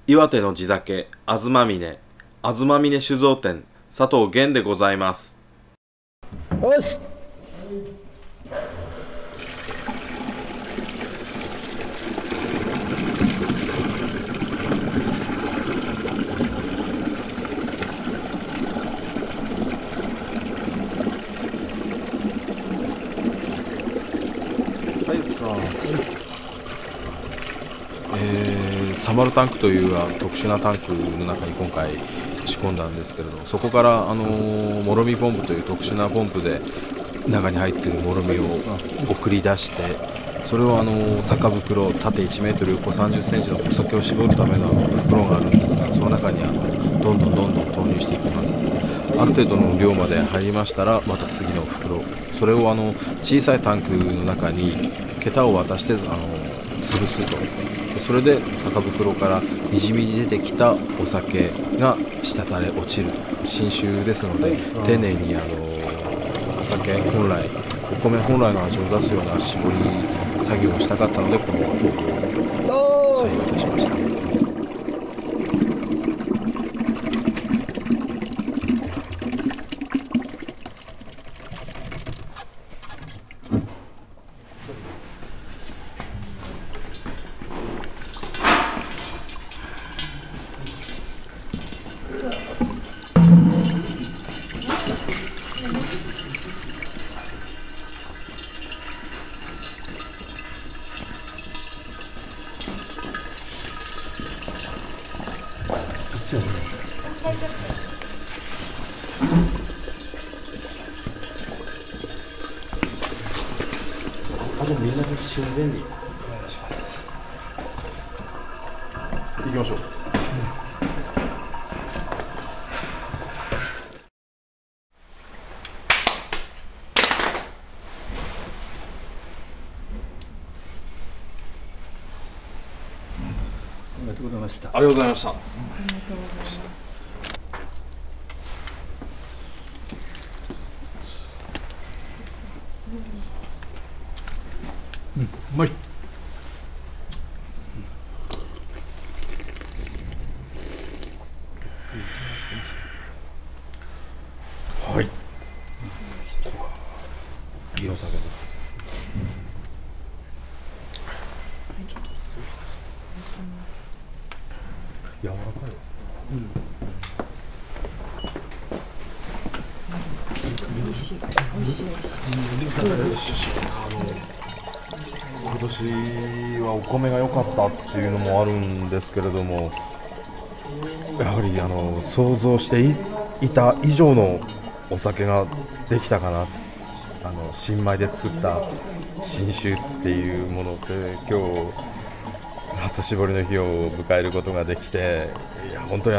岩手の地酒、あずまみね、あずまみね酒造店、佐藤源でございます。 よし。 サマルタンクという特殊なタンクの中に今回仕込んだんですけれど、そこから、もろみポンプという特殊なポンプで中に入っているもろみを送り出して、それを酒袋、縦1メートル横30センチのお酒を絞るための袋があるんですが、その中にどんどん投入していきます。ある程度の量まで入りましたら、また次の袋、それを小さいタンクの中に桁を渡して潰すと。それで酒袋からにじみ出てきたお酒が滴れ落ちる。新酒ですので、丁寧にお酒本来、お米本来の味を出すような絞り作業をしたかったので、この方法を採用いたしました。 みんなで修繕にお願いします。行きましょう。 ありがとうございました。 ありがとうございました。 ありがとうございます。 うまい。 はい。いいお酒です。ちょっと失礼します。柔らかいです。 美味しい、美味しい、美味しい。 今年はお米が良かったっていうのもあるんですけれども、やはり想像していた以上のお酒ができたかな。新米で作った新酒っていうもので、今日初搾りの日を迎えることができて、いや本当に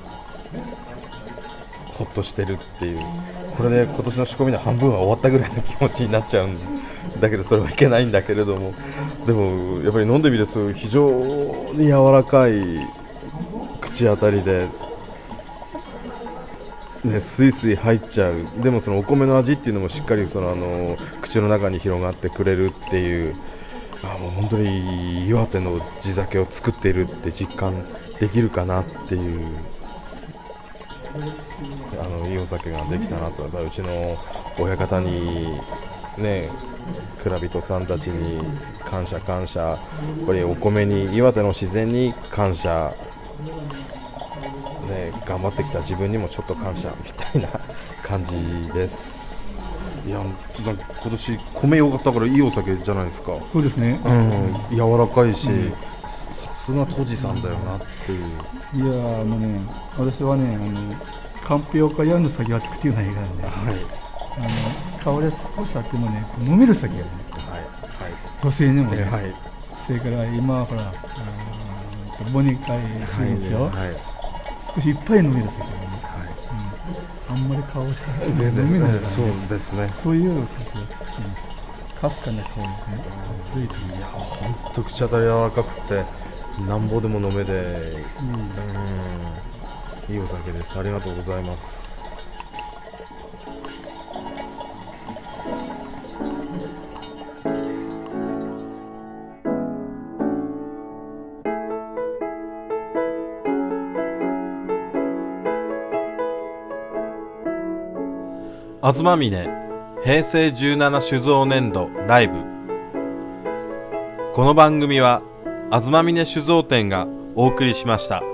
ほっとしてるっていう、これで今年の仕込みの半分は終わったぐらいの気持ちになっちゃうんだけど、それはいけないんだけれども、でもやっぱり飲んでみると非常に柔らかい口当たりで、ね、スイスイ入っちゃう。でもそのお米の味っていうのもしっかり口の中に広がってくれるっていう、もう本当に岩手の地酒を作っているって実感できるかなっていう、いいお酒ができたなと。うちの親方にね、蔵人さんたちに感謝感謝、やっぱりお米に、岩手の自然に感謝、ね、頑張ってきた自分にもちょっと感謝みたいな感じです。いや、なんか今年米良かったからいいお酒じゃないですか。 そうですね。 柔らかいし、さすが杜氏さんだよなっていう。 いやね、私はね、かんぴょうかヤンの酒は作ってないからね。香り少しあってもね、飲める酒がね。女性にもね。それから今ほら、忘年会するんですよ。少しいっぱい飲める酒がね。あんまり香りが飲めないからね。 そうですね。 そういう酒を作っています。かすかな香りですね。 いや、ほんと口当たり柔らかくて、なんぼでも飲めで、いいお酒です。ありがとうございます。 東峰平成17酒造年度ライブ。この番組は東峰酒造店がお送りしました。